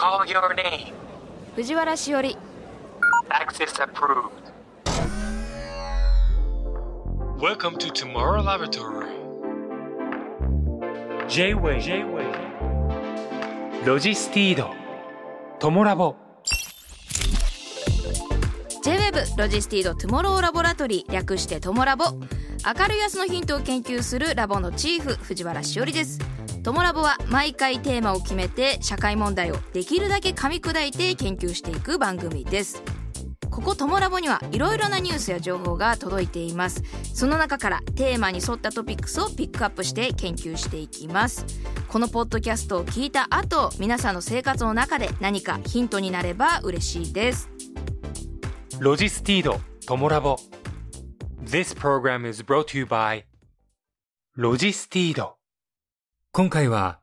call your name. 藤原しおり。 Access approved. Welcome to Tomorrow Laboratory. J-Way ロジスティードトモラボ。 J-Web ロジスティードトゥモローラボラトリー、略してトモラボ。明るい明日のヒントを研究するラボのチーフ、藤原しおりです。トモラボは毎回テーマを決めて社会問題をできるだけ噛み砕いて研究していく番組です。ここトモラボにはいろいろなニュースや情報が届いています。その中からテーマに沿ったトピックスをピックアップして研究していきます。このポッドキャストを聞いた後、皆さんの生活の中で何かヒントになれば嬉しいです。 ロジスティードトモラボ。 This program is brought to you by ロジスティード。今回は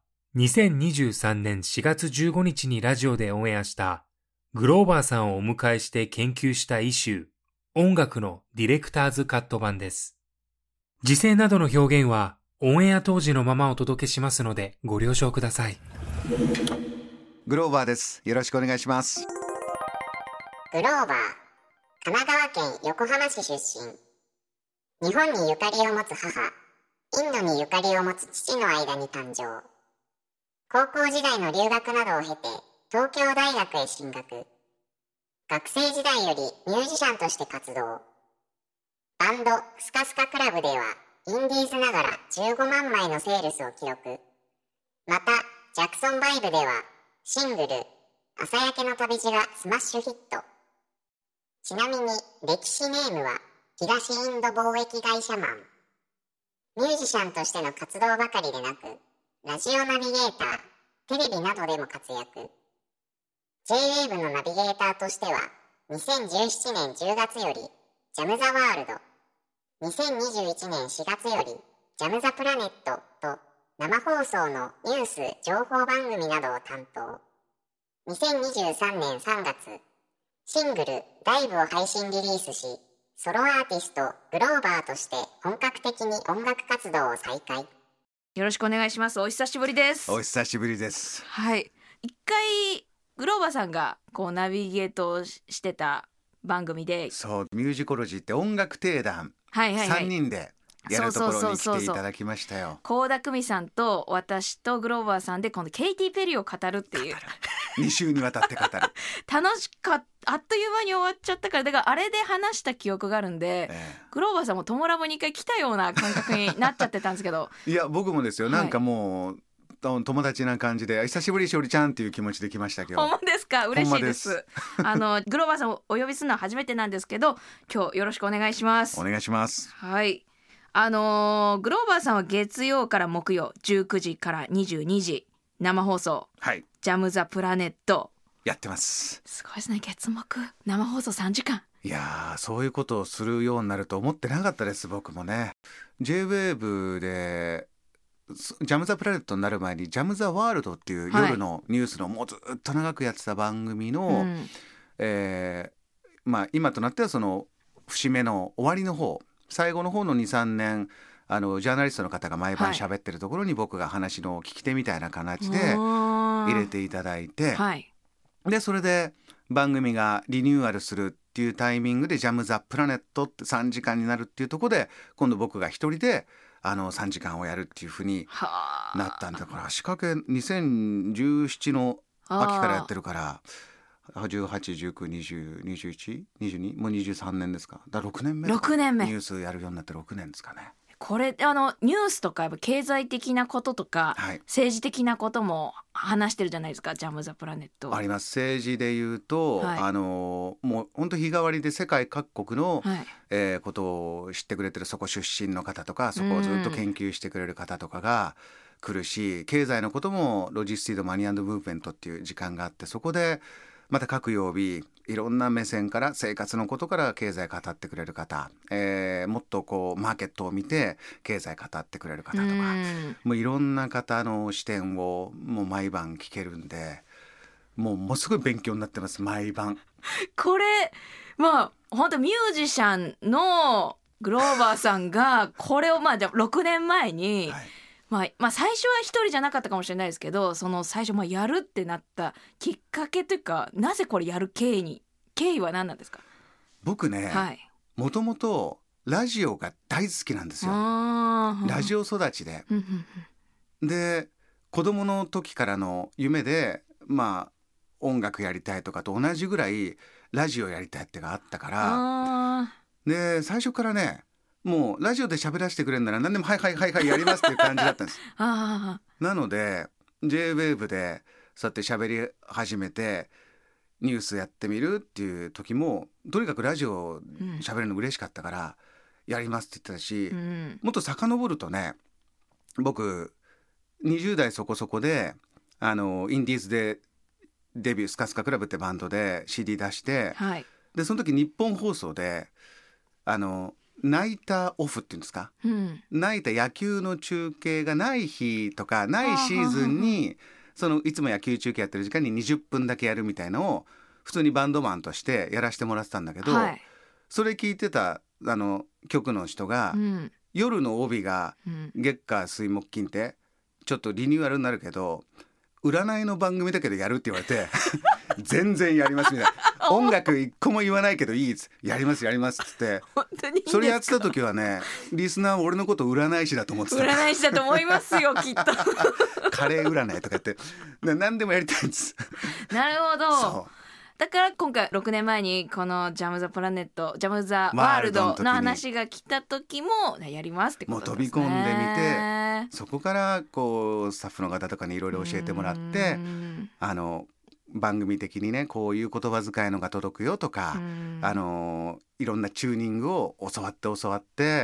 2023年4月15日にラジオでオンエアしたグローバーさんをお迎えして研究したイシュー、音楽のディレクターズカット版です。時制などの表現はオンエア当時のままお届けしますのでご了承ください。 グローバーです。よろしくお願いします。 グローバー、神奈川県横浜市出身。日本にゆかりを持つ母、インドにゆかりを持つ父の間に誕生。高校時代の留学などを経て東京大学へ進学。学生時代よりミュージシャンとして活動。バンドスカスカクラブではインディーズながら15万枚のセールスを記録。またジャクソンバイブではシングル朝焼けの旅路がスマッシュヒット。ちなみに歴史ネームは東インド貿易会社マン。ミュージシャンとしての活動ばかりでなく、ラジオナビゲーター、テレビなどでも活躍。J-Wave のナビゲーターとしては、2017年10月よりジャム・ザ・ワールド、2021年4月よりジャム・ザ・プラネットと生放送のニュース・情報番組などを担当。2023年3月、シングル、ダイブを配信リリースし、ソロアーティストグローバーとして本格的に音楽活動を再開。 よろしくお願いします。お久しぶりです。 お久しぶりです。 はい、一回グローバーさんがこうナビゲートをしてた番組で、 そう、ミュージコロジーって音楽定談、3人でやるところに来ていただきましたよ。 倖田來未さんと私とグローバーさんで今度ケイティ・ペリーを語るっていう 2週にわたって語る楽しかった。あっという間に終わっちゃったから、だからあれで話した記憶があるんで、グローバーさんもトモラボに一回来たような感覚になっちゃってたんですけどいや僕もですよ、なんかもう友達な感じで久しぶりしおりちゃんっていう気持ちで来ましたけど。 ほんまですか？嬉しいです。グローバーさんをお呼びするのは初めてなんですけど、今日よろしくお願いします。 お願いします。 はい、グローバーさんは月曜から木曜19時から22時生放送、 はい、 ジャム・ザ・プラネットやってます。 すごいですね。月木生放送3時間。 いやそういうことをするようになると思ってなかったです。僕もね J-Wave でジャム・ザ・プラネットになる前にジャム・ザ・ワールドっていう夜のニュースのもうずっと長くやってた番組の、今となってはその節目の終わりの方、最後の方の 2,3 年ジャーナリストの方が毎晩喋ってるところに僕が話の聞き手みたいな形で入れていただいて、でそれで番組がリニューアルするっていうタイミングでジャム・ザ・プラネットって3時間になるっていうところで今度僕が一人で3時間をやるっていう風になったんだから、仕掛け2017の秋からやってるから18、19、20、21、22もう23年ですか。だから6年目ニュースやるようになって6年ですかね。 これニュースとかやっぱ経済的なこととか、政治的なことも話してるじゃないですか、ジャム・ザ・プラネット。 あります。政治で言うと、もう本当日替わりで世界各国の、ことを知ってくれてるそこ出身の方とか、そこをずっと研究してくれる方とかが来るし、経済のこともロジスティードマニー&ムーブメントっていう時間があって、そこでまた各曜日いろんな目線から生活のことから経済語ってくれる方、もっとこうマーケットを見て経済語ってくれる方とか、もういろんな方の視点をもう毎晩聞けるんで、もうすごい勉強になってます。毎晩これ本当ミュージシャンのグローバーさんがこれをじゃあ6年前にまあ最初は一人じゃなかったかもしれないですけど、その最初やるってなったきっかけというか、なぜこれやる経緯は何なんですか？ 僕ね、 はい、 もともとラジオが大好きなんですよ。ラジオ育ちでで子供の時からの夢で音楽やりたいとかと同じぐらいラジオやりたいってがあったから、で最初からね、もうラジオで喋らせてくれるなら何でもはいやりますっていう感じだったんですなので J-WAVE でそうやって喋り始めてニュースやってみるっていう時もとにかくラジオ喋るの嬉しかったからやりますって言ってたし、もっと遡るとね、僕20代そこそこでインディーズでデビュー、スカスカクラブってバンドで CD 出して、 はい、 でその時日本放送でナイターオフっていうんですか、ナイター野球の中継がない日とかないシーズンにいつも野球中継やってる時間に20分だけやるみたいのを普通にバンドマンとしてやらせてもらってたんだけど、はい、それ聞いてた局の人が、夜の帯が月火水木金ってちょっとリニューアルになるけど占いの番組だけどやるって言われて全然やりますみたいな音楽一個も言わないけどいいっつやりますっつって本当にいいんですか？ それやってた時はね、リスナーは俺のこと占い師だと思ってた。 占い師だと思いますよきっとカレー占いとか言って何でもやりたいんです。 なるほど。 そうだから今回6年前にこのジャムザプラネットジャムザワールドの話が来た時もやりますってことですね。 もう飛び込んでみて、そこからスタッフの方とかにいろいろ教えてもらって、番組的にねこういう言葉遣いのが届くよとか、いろんなチューニングを教わって、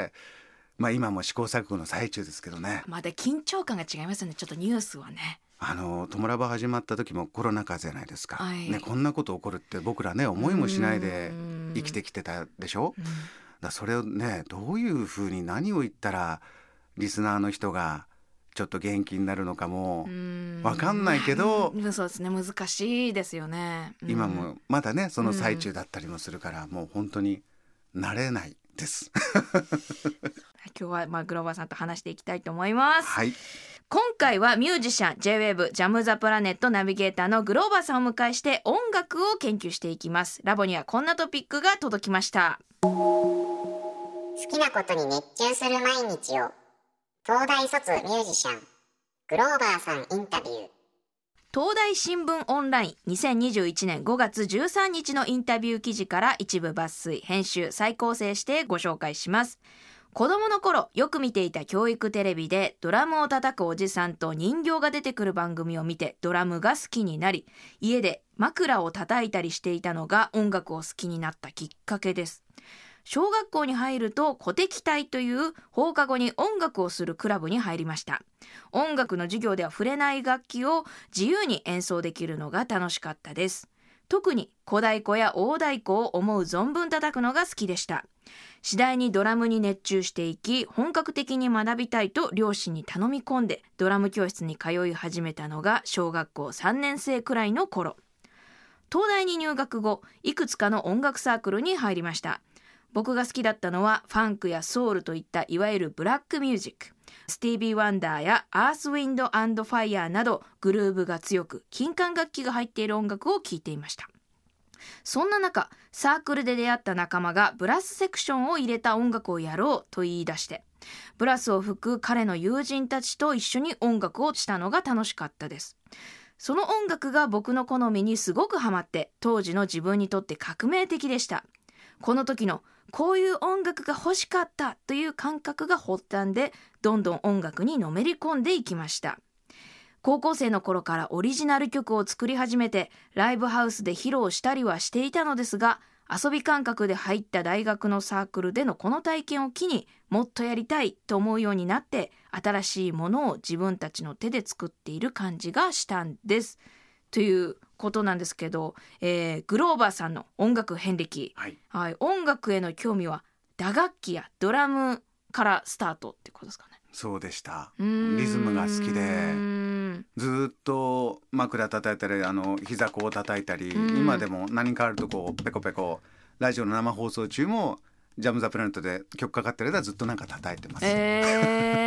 今も試行錯誤の最中ですけどね。 まだ緊張感が違いますよね。ちょっとニュースはね、 トモラボ始まった時もコロナ禍じゃないですか、 はいね、こんなこと起こるって僕らね思いもしないで生きてきてたでしょ。だそれをねどういうふうに何を言ったらリスナーの人がちょっと元気になるのかも分かんないけど、 そうですね、難しいですよね。 今もまだねその最中だったりもするから、もう本当に慣れないです今日はグローバーさんと話していきたいと思います、 はい、 今回はミュージシャン J-WAVE ジャムザプラネットナビゲーターのグローバーさんをお迎えして音楽を研究していきます。ラボにはこんなトピックが届きました。 好きなことに熱中する毎日を東大卒ミュージシャングローバーさんインタビュー。 東大新聞オンライン2021年5月13日のインタビュー記事から一部抜粋編集再構成してご紹介します。子供の頃よく見ていた教育テレビでドラムを叩くおじさんと人形が出てくる番組を見てドラムが好きになり、家で枕を叩いたりしていたのが音楽を好きになったきっかけです。小学校に入ると鼓笛隊という放課後に音楽をするクラブに入りました。音楽の授業では触れない楽器を自由に演奏できるのが楽しかったです。特に小太鼓や大太鼓を思う存分叩くのが好きでした。次第にドラムに熱中していき、本格的に学びたいと両親に頼み込んでドラム教室に通い始めたのが小学校3年生くらいの頃。東大に入学後、いくつかの音楽サークルに入りました。僕が好きだったのはファンクやソウルといったいわゆるブラックミュージック、スティービー・ワンダーやアース・ウィンド・アンド・ファイヤーなどグルーヴが強く金管楽器が入っている音楽を聴いていました。そんな中、サークルで出会った仲間がブラスセクションを入れた音楽をやろうと言い出して、ブラスを吹く彼の友人たちと一緒に音楽をしたのが楽しかったです。その音楽が僕の好みにすごくハマって、当時の自分にとって革命的でした。この時のこういう音楽が欲しかったという感覚が発端で、どんどん音楽にのめり込んでいきました。高校生の頃からオリジナル曲を作り始めて、ライブハウスで披露したりはしていたのですが、遊び感覚で入った大学のサークルでのこの体験を機に、もっとやりたいと思うようになって、新しいものを自分たちの手で作っている感じがしたんです。ということなんですけど、グローバーさんの音楽遍歴、はい、音楽への興味は打楽器やドラムからスタートってことですかね。 そうでした。リズムが好きでずっと枕叩いたり膝こう叩いたり、今でも何かあるとこうペコペコ、ラジオの生放送中もジャムザプラネットで曲かかってる間ずっとなんか叩いてます。 音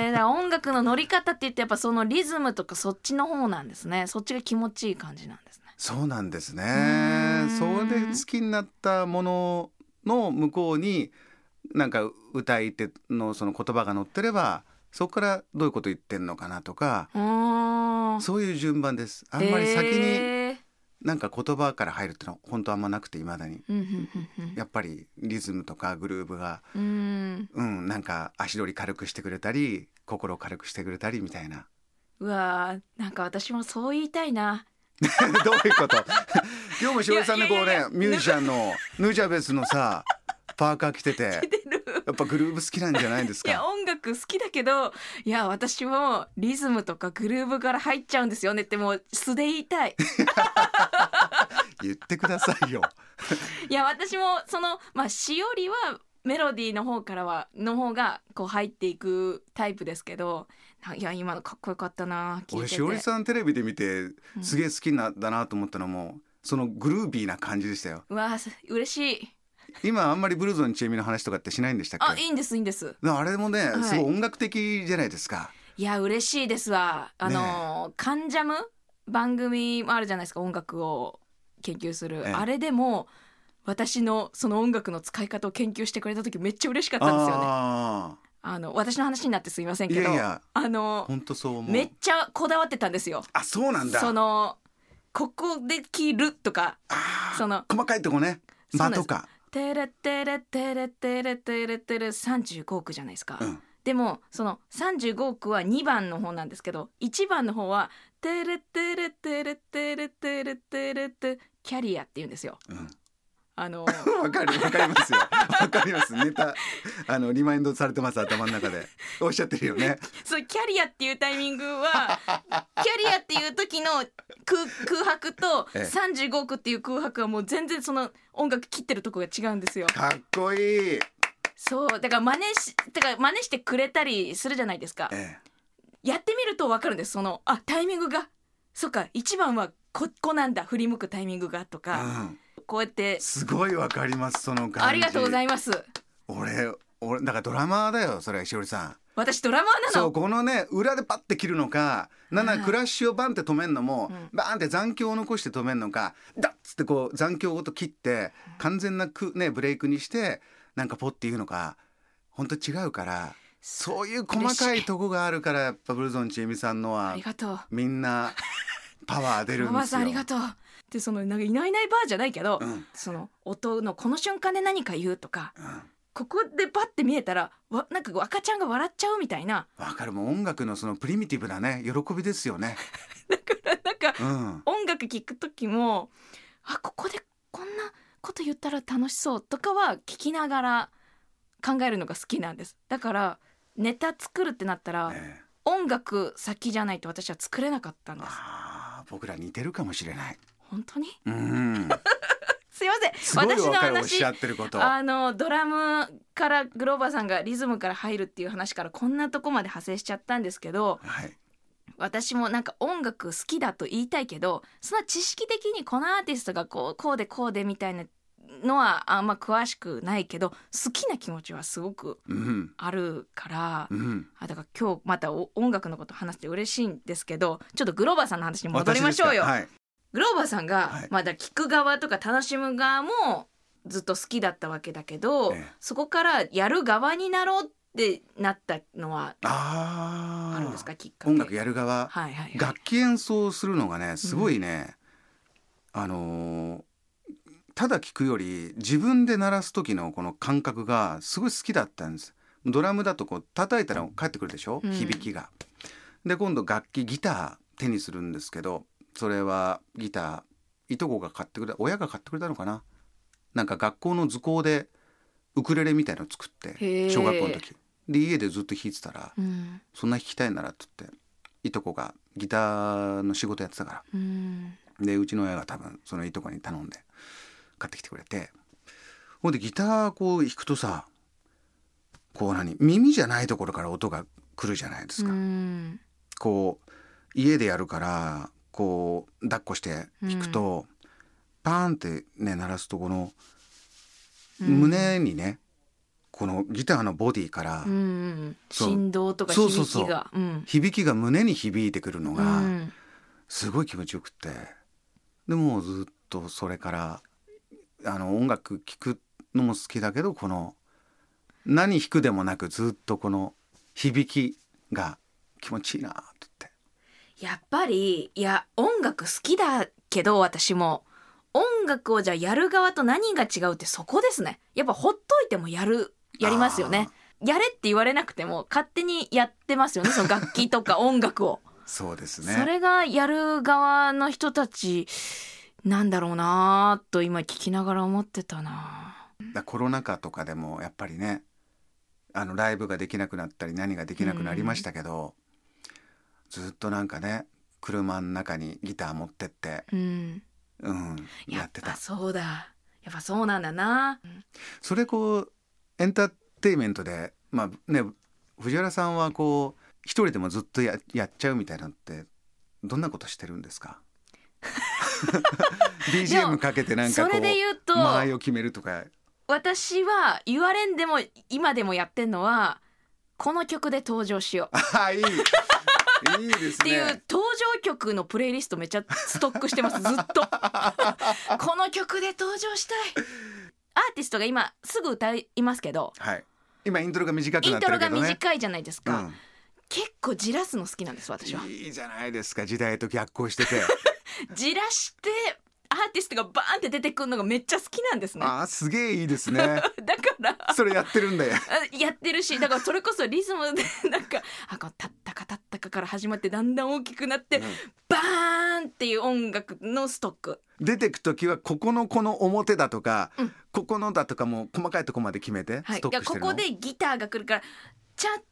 音楽の乗り方って言ってやっぱそのリズムとかそっちの方なんですね。そっちが気持ちいい感じなんですね。 そうなんですね。それで好きになったものの向こうになんか歌い手のその言葉が載ってれば、そこからどういうこと言ってんのかなとか、そういう順番です。あんまり先になんか言葉から入るってのは本当あんまなくて、未だにやっぱりリズムとかグルーヴがなんか足取り軽くしてくれたり心を軽くしてくれたりみたいな。 うわー、なんか私もそう言いたいな。 どういうこと今日もしおりさんのこうね、ミュージシャンのヌジャベスのさパーカー着ててやっぱグルーヴ好きなんじゃないですか。 いや音楽好きだけど、いや私もリズムとかグルーヴから入っちゃうんですよねってもう素で言いたい言ってくださいよいや私もそのしおりはメロディーの方がこう入っていくタイプですけど、いや今のかっこよかったな、聞いてて。 俺しおりさんテレビで見てすげえ好きだなと思ったのも、そのグルービーな感じでしたよ。 うわ嬉しい。 今あんまりブルーズのちえみの話とかってしないんでしたっけ。 あ、いいんですいいんです。 あれもね、 はい、 すごい音楽的じゃないですか。 いや嬉しいですわ。カンジャム番組もあるじゃないですか、音楽を研究する、あれでも私のその音楽の使い方を研究してくれた時めっちゃ嬉しかったんですよね。私の話になってすいませんけど、 いやいや本当そう思う。 めっちゃこだわってたんですよ。 あ、そうなんだ。 そのここで切るとか、その細かいとこね、間とかテレテレテレテレテレテレ35億じゃないですか、でもその35億は2番の方なんですけど、1番の方はテレテレテレテレテレテレテキャリアって言うんですよ。わかりますよ。わかります。ネタリマインドされてます、頭の中でおっしゃってるよね。 そうキャリアっていうタイミングはキャリアっていう時の空白と35億っていう空白はもう全然その音楽切ってるとこが違うんですよ。 かっこいい。そうだから真似してくれたりするじゃないですか、やってみると分かるんです。そのタイミングがそっか1番はこなんだ、振り向くタイミングがとか、こうやってすごいわかります、その感じ。 ありがとうございます。 俺だからドラマーだよ、それしおりさん。 私ドラマーなの。 そうこのね裏でパッて切るのか、クラッシュをバンって止めるのも、バーンって残響を残して止めるのか、ダッつってこう残響ごと切って完全なブレイクにしてなんかポッていうのか、本当違うから、そういう細かいとこがあるから、やっぱブルゾンちえみさんのはみんなパワー出るんですよ。 おばあさんありがとう。でそのなんかいないいないバーじゃないけど、その音のこの瞬間で何か言うとか、ここでパッて見えたらなんか赤ちゃんが笑っちゃうみたいな。 わかる。もう音楽のそのプリミティブなね喜びですよね。 だからなんか、音楽聴く時もここでこんなこと言ったら楽しそうとかは聞きながら考えるのが好きなんです。だからネタ作るってなったら、音楽先じゃないと私は作れなかったんです。 僕ら似てるかもしれない。 本当にすいません、 すごい分かる、おっしゃってること。 ドラムからグローバーさんがリズムから入るっていう話からこんなとこまで派生しちゃったんですけど、私もなんか音楽好きだと言いたいけど、その知識的にこのアーティストがこうでみたいなのはあんま詳しくないけど、好きな気持ちはすごくあるから、だから今日また音楽のこと話して嬉しいんですけど、ちょっとグローバーさんの話に戻りましょうよ。グローバーさんがまだ聴く側とか楽しむ側もずっと好きだったわけだけど、そこからやる側になろうってなったのはあるんですか、きっかけ。 音楽やる側、楽器演奏するのがねすごいね、ただ聴くより自分で鳴らす時のこの感覚がすごい好きだったんです。ドラムだとこう叩いたら返ってくるでしょ、響きが。で今度楽器ギター手にするんですけど、それはギターいとこが買ってくれた、親が買ってくれたのかな。なんか学校の図工でウクレレみたいのを作って小学校の時で家でずっと弾いてたら、そんな弾きたいならって言っていとこがギターの仕事やってたから、でうちの親が多分そのいとこに頼んで買ってきてくれて、ほんでギターこう弾くとさ、こう耳じゃないところから音が来るじゃないですか。こう家でやるからこう抱っこして弾くと、パーンってね鳴らすとこの胸にね、 このギターのボディから、 振動とか響きが、 響きが胸に響いてくるのがすごい気持ちよくて、でもうずっとそれから音楽聴くのも好きだけど、この何弾くでもなくずっとこの響きが気持ちいいなとって。 やっぱり音楽好きだけど、私も音楽をじゃあやる側と何が違うってそこですね。やっぱほっといてもやりますよね。やれって言われなくても勝手にやってますよね、その楽器とか音楽をそうですね。 それがやる側の人たちなんだろうなと今聞きながら思ってたな。 コロナ禍とかでもやっぱりね、ライブができなくなったり何ができなくなりましたけど、ずっとなんかね車の中にギター持ってって、やってた。 やっぱそうだ、やっぱそうなんだな。 それこうエンターテインメントで藤原さんはこう一人でもずっと やっちゃうみたいなのってどんなことしてるんですかBGM かけてなんかこうそれで言うと間合いを決めるとか。 私は言われんでも今でもやってんのは、この曲で登場しよういいですねっていう登場曲のプレイリストめっちゃストックしてますずっとこの曲で登場したいアーティストが今すぐ歌いますけど、 今イントロが短くなってるけどね。 イントロが短いじゃないですか、結構じらすの好きなんです私は。 いいじゃないですか、時代と逆行しててじらしてアーティストがバーンって出てくるのがめっちゃ好きなんですね。 すげえいいですねだからそれやってるんだよやってるし、だからそれこそリズムでなんかこうタッタカタッタカから始まってだんだん大きくなって、バーンっていう音楽のストック出てくときはここの表だとか、ここのだとかも細かいとこまで決めてストックしてるの。 ここでギターが来るからチャッ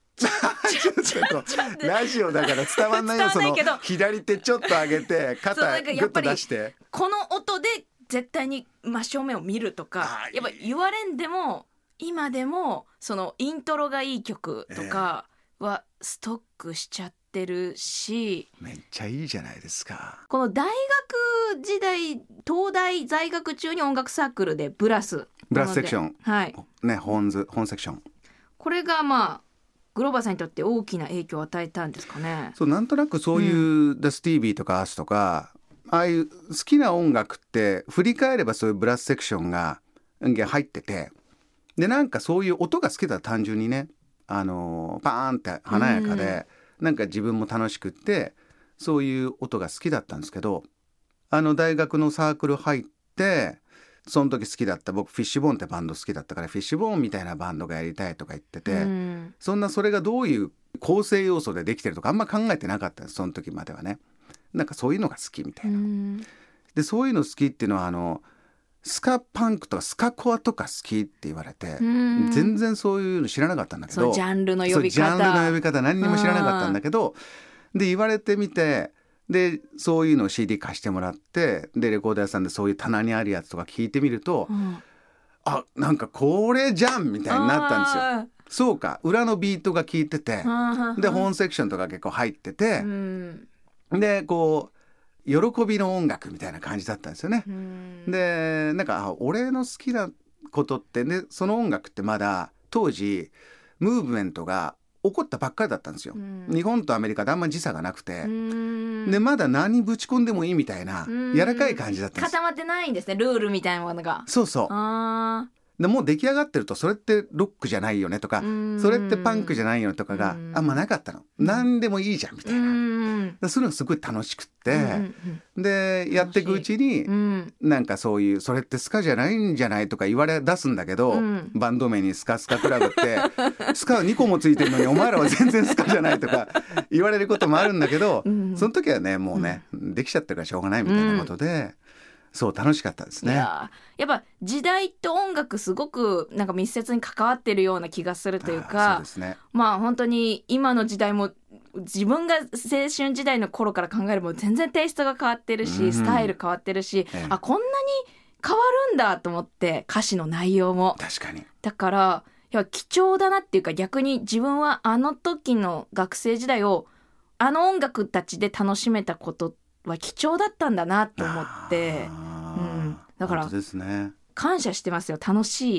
ラジオだから伝わんないよ。その左手ちょっと上げて肩グッと出して、 この音で絶対に真正面を見るとか、やっぱ言われんでも今でもそのイントロがいい曲とかはストックしちゃってるし、 めっちゃいいじゃないですか。 この大学時代東大在学中に音楽サークルでブラスセクション、本セクション、これがグローバーさんにとって大きな影響を与えたんですかね。 そう、なんとなくそういう、スティービーとかアースとかああいう好きな音楽って振り返ればそういうブラスセクションが入ってて、でなんかそういう音が好きだ、単純にね、パーンって華やかで、なんか自分も楽しくってそういう音が好きだったんですけど、大学のサークル入ってその時好きだった、僕フィッシュボーンってバンド好きだったから、フィッシュボーンみたいなバンドがやりたいとか言ってて、それがどういう構成要素でできてるとかあんま考えてなかったんです、その時まではね。なんかそういうのが好きみたいな。でそういうの好きっていうのはスカパンクとかスカコアとか好きって言われて、全然そういうの知らなかったんだけど、 そうジャンルの呼び方何にも知らなかったんだけど、で言われてみて、でそういうのを CD 貸してもらって、でレコード屋さんでそういう棚にあるやつとか聞いてみると、なんかこれじゃんみたいになったんですよ。そうか、裏のビートが効いてて、で本セクションとか結構入ってて、でこう喜びの音楽みたいな感じだったんですよね。でなんか俺の好きなことってね、その音楽ってまだ当時ムーブメントが起こったばっかりだったんですよ。日本とアメリカであんま時差がなくて、でまだ何ぶち込んでもいいみたいな柔らかい感じだったんです。 固まってないんですね、ルールみたいなものが。 そうそう。でもう出来上がってると、それってロックじゃないよねとか、それってパンクじゃないよねとかがあんまなかったの。何でもいいじゃんみたいな。そういうのすごい楽しくって、でやっていくうちに、なんかそういうそれってスカじゃないんじゃないとか言われ出すんだけど、バンド名にスカスカクラブってスカ2個もついてるのにお前らは全然スカじゃないとか言われることもあるんだけど、その時はねもうね、できちゃってるからしょうがないみたいなことで、そう楽しかったですね。 やっぱ時代と音楽すごくなんか密接に関わってるような気がするというか、 そうですね。 本当に今の時代も自分が青春時代の頃から考えれば全然テイストが変わってるし、スタイル変わってるし、こんなに変わるんだと思って、歌詞の内容も。 確かに。 だから貴重だなっていうか、逆に自分はあの時の学生時代を音楽たちで楽しめたことは貴重だったんだなと思って、だから本当ですね、 感謝してますよ。楽しい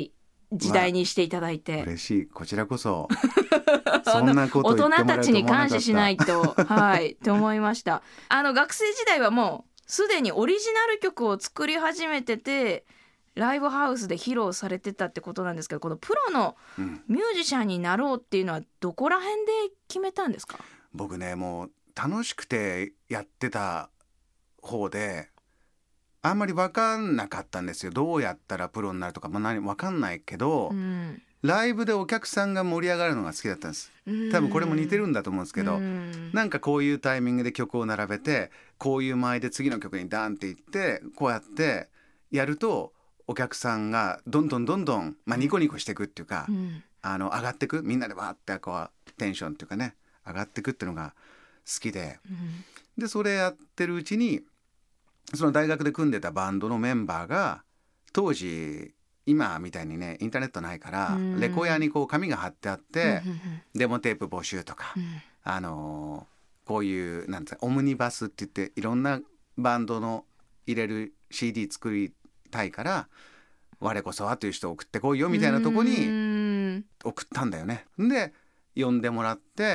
時代にしていただいて、 嬉しい。こちらこそそんなこと言ってもらえると思わなかった。 大人たちに感謝しないとはいと思いました。学生時代はもうすでにオリジナル曲を作り始めててライブハウスで披露されてたってことなんですけど、このプロのミュージシャンになろうっていうのはどこら辺で決めたんですか？ 僕ね、もう楽しくてやってた方であんまり分かんなかったんですよ。どうやったらプロになるとか、何分かんないけど、ライブでお客さんが盛り上がるのが好きだったんです。多分これも似てるんだと思うんですけど、なんかこういうタイミングで曲を並べてこういう前で次の曲にダンっていってこうやってやるとお客さんがどんどん、ニコニコしていくっていうか、上がっていく、みんなでわーってこうテンションっていうかね上がっていくっていうのが好きで、でそれやってるうちにその大学で組んでたバンドのメンバーが当時今みたいにねインターネットないからレコヤにこう紙が貼ってあってデモテープ募集とか、こういうなんてオムニバスって言っていろんなバンドの入れる CD 作りたいから我こそはという人を送ってこいよみたいなとこに送ったんだよね。で呼んでもらって、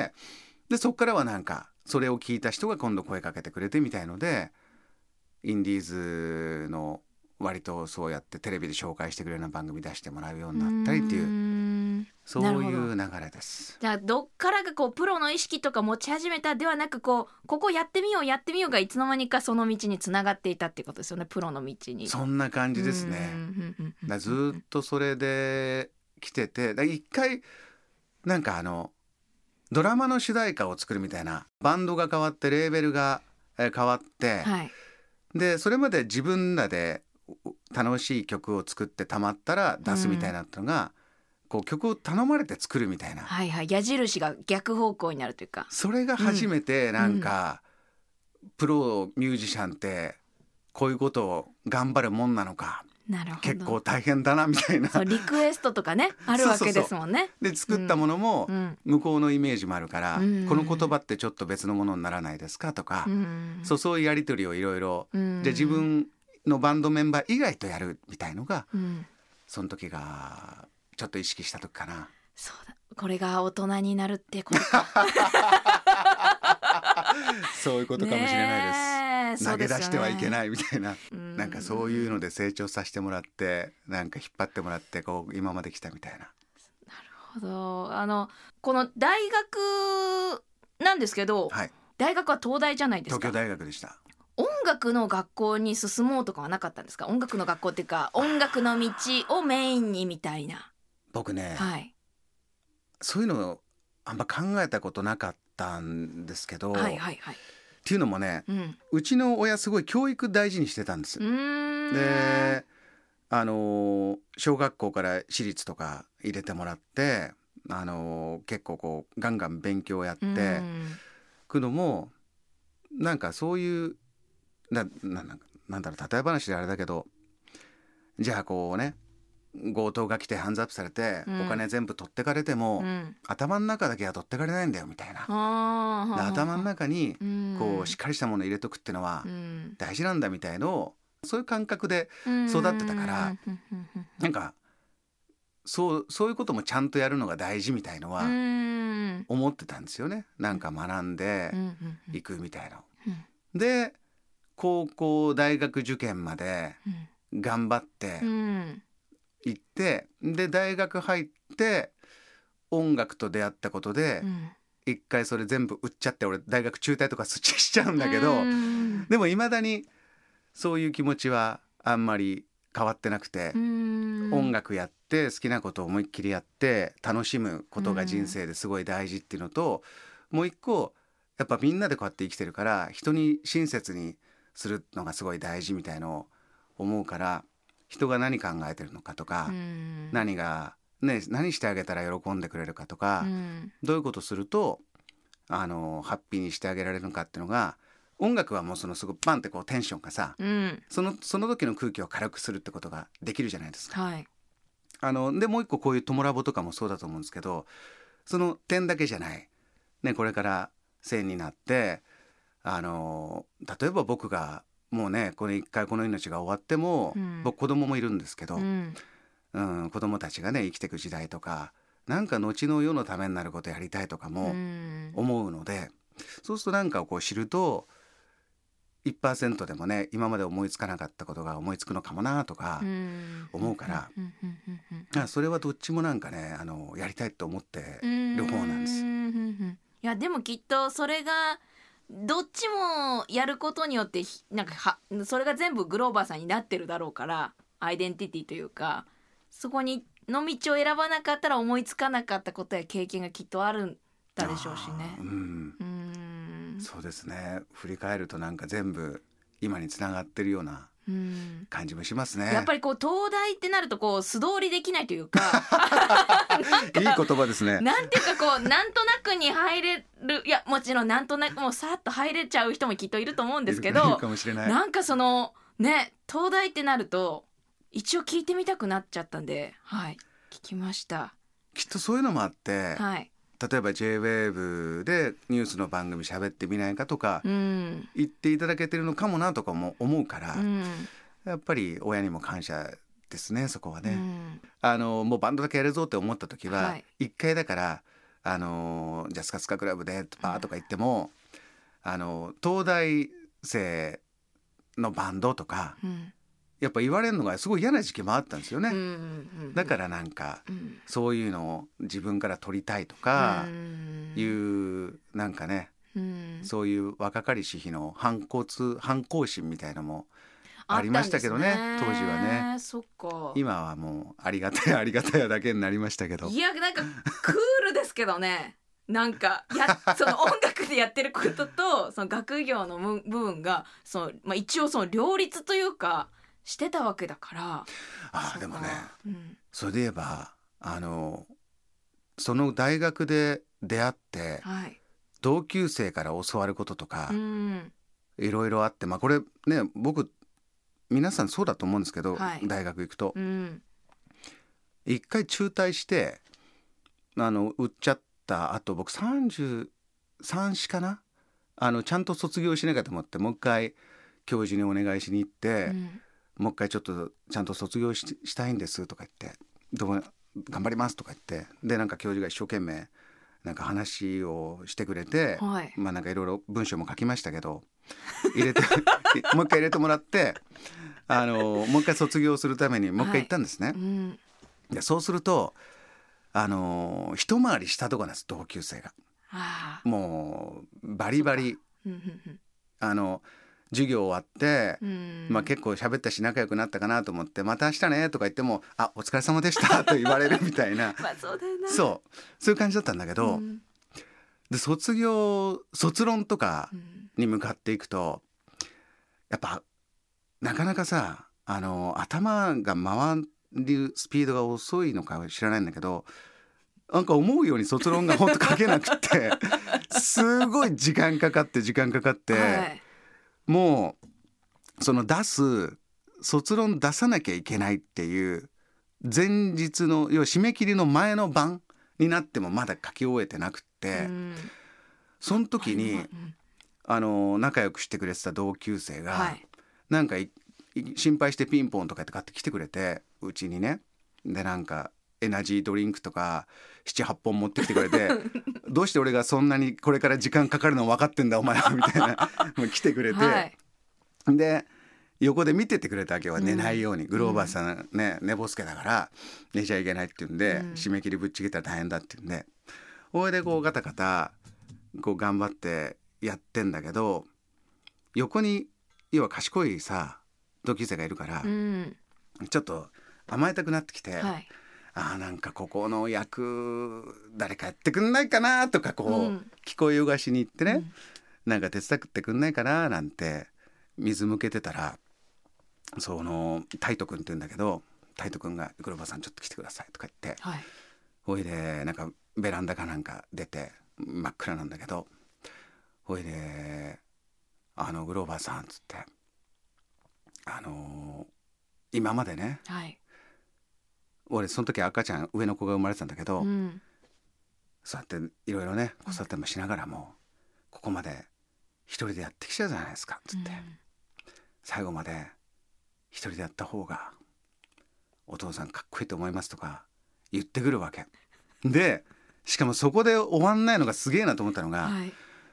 でそっからはなんかそれを聞いた人が今度声かけてくれてみたいので、インディーズの割とそうやってテレビで紹介してくれるような番組出してもらうようになったりっていうそういう流れです。 じゃあどっからがこうプロの意識とか持ち始めたではなく、ここやってみようがいつの間にかその道につながっていたっていうことですよね。プロの道に。 そんな感じですね。だずっとそれで来てて、一回なんかドラマの主題歌を作るみたいな、バンドが変わってレーベルが変わって、はい、でそれまで自分らで楽しい曲を作ってたまったら出すみたいなのが、こう曲を頼まれて作るみたいな、 矢印が逆方向になるというか、 それが初めてなんか、プロミュージシャンってこういうことを頑張るもんなのか、結構大変だなみたいな、 リクエストとかねあるわけですもんね。 で作ったものも向こうのイメージもあるから、この言葉ってちょっと別のものにならないですかとか、そういうやり取りをいろいろで自分のバンドメンバー以外とやるみたいのが、その時がちょっと意識した時かな。 そうだ、これが大人になるってことかそういうことかもしれないです。投げ出してはいけないみたいな、なんかそういうので成長させてもらって、なんか引っ張ってもらってこう今まで来たみたいな。 なるほど。この大学なんですけど、大学は東大じゃないですか。 東京大学でした。 音楽の学校に進もうとかはなかったんですか？音楽の学校っていうか音楽の道をメインにみたいな。 僕ね、そういうのあんま考えたことなかったんですけど、っていうのもね、うちの親すごい教育大事にしてたんです。で小学校から私立とか入れてもらって、結構こうガンガン勉強やってくのも、なんかそういうなんだろう、例え話であれだけど、じゃあこうね強盗が来てハンズアップされて、お金全部取ってかれても、頭の中だけは取ってかれないんだよみたいな。で頭の中にこうしっかりしたもの入れとくってのは大事なんだみたいのを、そういう感覚で育ってたから、なんかそういうこともちゃんとやるのが大事みたいのは思ってたんですよね。なんか学んでいくみたいな。で高校大学受験まで頑張って行って、で大学入って音楽と出会ったことで、一回それ全部売っちゃって、俺大学中退とかしちゃうんだけど、でも未だにそういう気持ちはあんまり変わってなくて、音楽やって好きなことを思いっきりやって楽しむことが人生ですごい大事っていうのと、もう一個やっぱみんなでこうやって生きてるから、人に親切にするのがすごい大事みたいのを思うから、人が何考えてるのかとか、何してあげたら喜んでくれるかとか、どういうことするとハッピーにしてあげられるのかっていうのが、音楽はもうすごくバンってこうテンションがさ、その時の空気を軽くするってことができるじゃないですか。でもう一個こういうトモラボとかもそうだと思うんですけど、その点だけじゃない、ね、これから1000になって、例えば僕がもうねこれ一回この命が終わっても、僕子供もいるんですけど、 子供たちがね生きていく時代とか、なんか後の世のためになることやりたいとかも思うので、そうするとなんかをこう知ると 1% でもね今まで思いつかなかったことが思いつくのかもなとか思うから、それはどっちもなんかねやりたいと思ってる方なんです。 いやでもきっとそれがどっちもやることによってなんかそれが全部グローバーさんになってるだろうから、アイデンティティというか、そこにの道を選ばなかったら思いつかなかったことや経験がきっとあるんだでしょうしね。 そうですね。振り返るとなんか全部今につながってるような感じもしますね。 やっぱりこう東大ってなるとこう素通りできないというかいい言葉ですね。 なんていうかこうなんとなくに入れる、いやもちろんなんとなくもうさっと入れちゃう人もきっといると思うんですけど、なんかそのね東大ってなると一応聞いてみたくなっちゃったんで、はい、聞きました。 きっとそういうのもあって、 はい、 例えば JWAVE でニュースの番組喋ってみないかとか言っていただけてるのかもなとかも思うから、やっぱり親にも感謝ですね、そこはね。もうバンドだけやるぞって思った時は、一回だからじゃあスカスカクラブでパーとか言っても、東大生のバンドとか、やっぱ言われるのがすごい嫌な時期もあったんですよね。だからなんか、そういうのを自分から取りたいとかいうなんかね、そういう若かりし日の反抗心みたいなのもありましたけどね、当時はね。 そっか。 今はもうありがたやだけになりましたけど。 いやなんかクールですけどね。なんかその音楽でやってることとその学業の部分が一応その両立というかしてたわけだから。 でもね、それで言えばその大学で出会って、同級生から教わることとか、いろいろあって、これね僕皆さんそうだと思うんですけど、大学行くと、一回中退して売っちゃった後、僕33歳かな、ちゃんと卒業しなきゃと思ってもう一回教授にお願いしに行って、もう一回ちょっとちゃんと卒業したいんですとか言って、頑張りますとか言って、でなんか教授が一生懸命なんか話をしてくれて、なんかいろいろ文章も書きましたけど入れてもう一回入れてもらってもう一回卒業するためにもう一回行ったんですね。でそうすると一回り下とかなんです、同級生が。もうバリバリ授業終わって、結構喋ったし仲良くなったかなと思って、また明日ねとか言ってもお疲れ様でしたと言われるみたいなそういう感じだったんだけど、で卒論とかに向かっていくと、やっぱなかなかさ頭が回るスピードが遅いのか知らないんだけど、なんか思うように卒論がほんと書けなくってすごい時間かかって、もうその卒論出さなきゃいけないっていう前日の要は締め切りの前の晩になってもまだ書き終えてなくって、その時に仲良くしてくれてた同級生が、なんか心配してピンポンとかって買ってきてくれて、うちにね、でなんかエナジードリンクとか 7,8 本持ってきてくれてどうして俺がそんなにこれから時間かかるの分かってんだお前はみたいな来てくれて、で横で見ててくれたわけは、寝ないように、グローバーさんね寝ぼすけだから寝ちゃいけないっていうんで、締め切りぶっちぎったら大変だっていうんで、それでこうガタガタこう頑張ってやってんだけど、横に要は賢いさ同級生がいるから、ちょっと甘えたくなってきて、なんかここの役誰かやってくんないかなとかこう、聞こえよがしに行ってね、なんか手伝ってくんないかななんて水向けてたら、そのタイト君って言うんだけど、タイト君がグローバーさんちょっと来てくださいとか言って、ほいでなんかベランダかなんか出て真っ暗なんだけど、ほいでグローバーさんっつって今までね、俺その時赤ちゃん上の子が生まれてたんだけど、そうやっていろいろね子育てもしながらもここまで一人でやってきたじゃないですかっつって、最後まで一人でやった方がお父さんかっこいいと思いますとか言ってくるわけで、しかもそこで終わんないのがすげえなと思ったのが、 はい、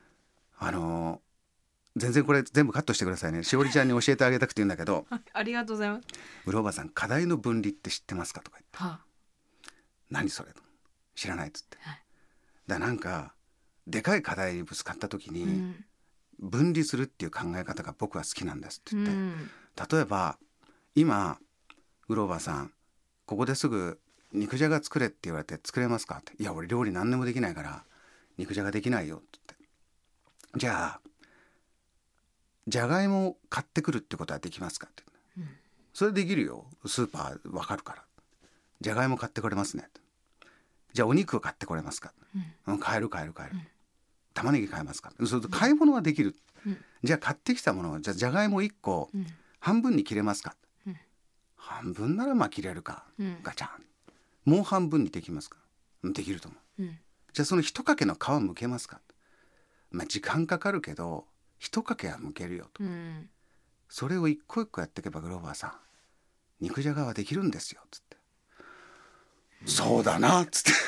全然これ全部カットしてくださいね。しおりちゃんに教えてあげたくて言うんだけどありがとうございます。 グローバーさん課題の分離って知ってますかとか言って、 はあ、 何それと知らないっつって、 はい、 だからなんかでかい課題にぶつかった時に、 うん、 分離するっていう考え方が僕は好きなんですって言って、 うん、 例えば今グローバーさんここですぐ肉じゃが作れって言われて作れますかって、いや俺料理何でもできないから肉じゃができないよって言って、じゃあじゃがいも買ってくるってことはできますかって言って、それできるよ、スーパーわかるから、じゃがいも買ってこれますねって、じゃあお肉を買ってこれますか、買える、玉ねぎ買えますか、そうすると買い物ができる、じゃあ買ってきたものをじゃがいも1個半分に切れますか、半分ならまあ切れるか、ガチャン、もう半分にできますか、できると思う、じゃあその一かけの皮むけますか、まあ時間かかるけど一かけはむけるよと、それを一個一個やっていけばグローバーさん肉じゃがはできるんですよつって、そうだなっつって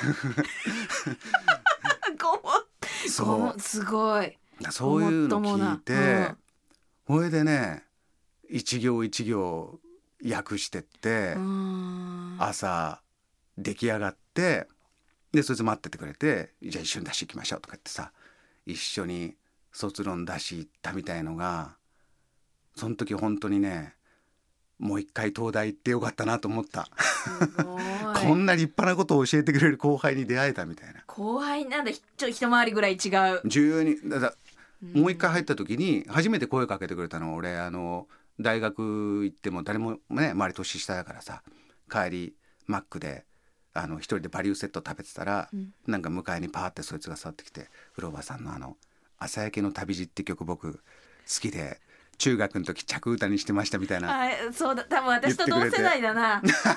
そうすごい、 そういうの聞いて、これでね一行一行訳してって、朝出来上がって、でそいつ待っててくれて、じゃあ一緒に出し行きましょうとか言ってさ、一緒に卒論出し行ったみたいのが、その時本当にねもう一回東大行ってよかったなと思ったこんな立派なことを教えてくれる後輩に出会えたみたいな。 後輩なんだ、ちょっと一回りぐらい違う。 12だもう一回入った時に初めて声かけてくれたの、俺大学行っても誰もね周り年下だからさ、帰りマックで一人でバリューセット食べてたら、なんか迎えにパーってそいつが座ってきて、グローバーさんの朝焼けの旅路って曲僕好きで中学の時着歌にしてましたみたいな。 そうだ、多分私と同世代だな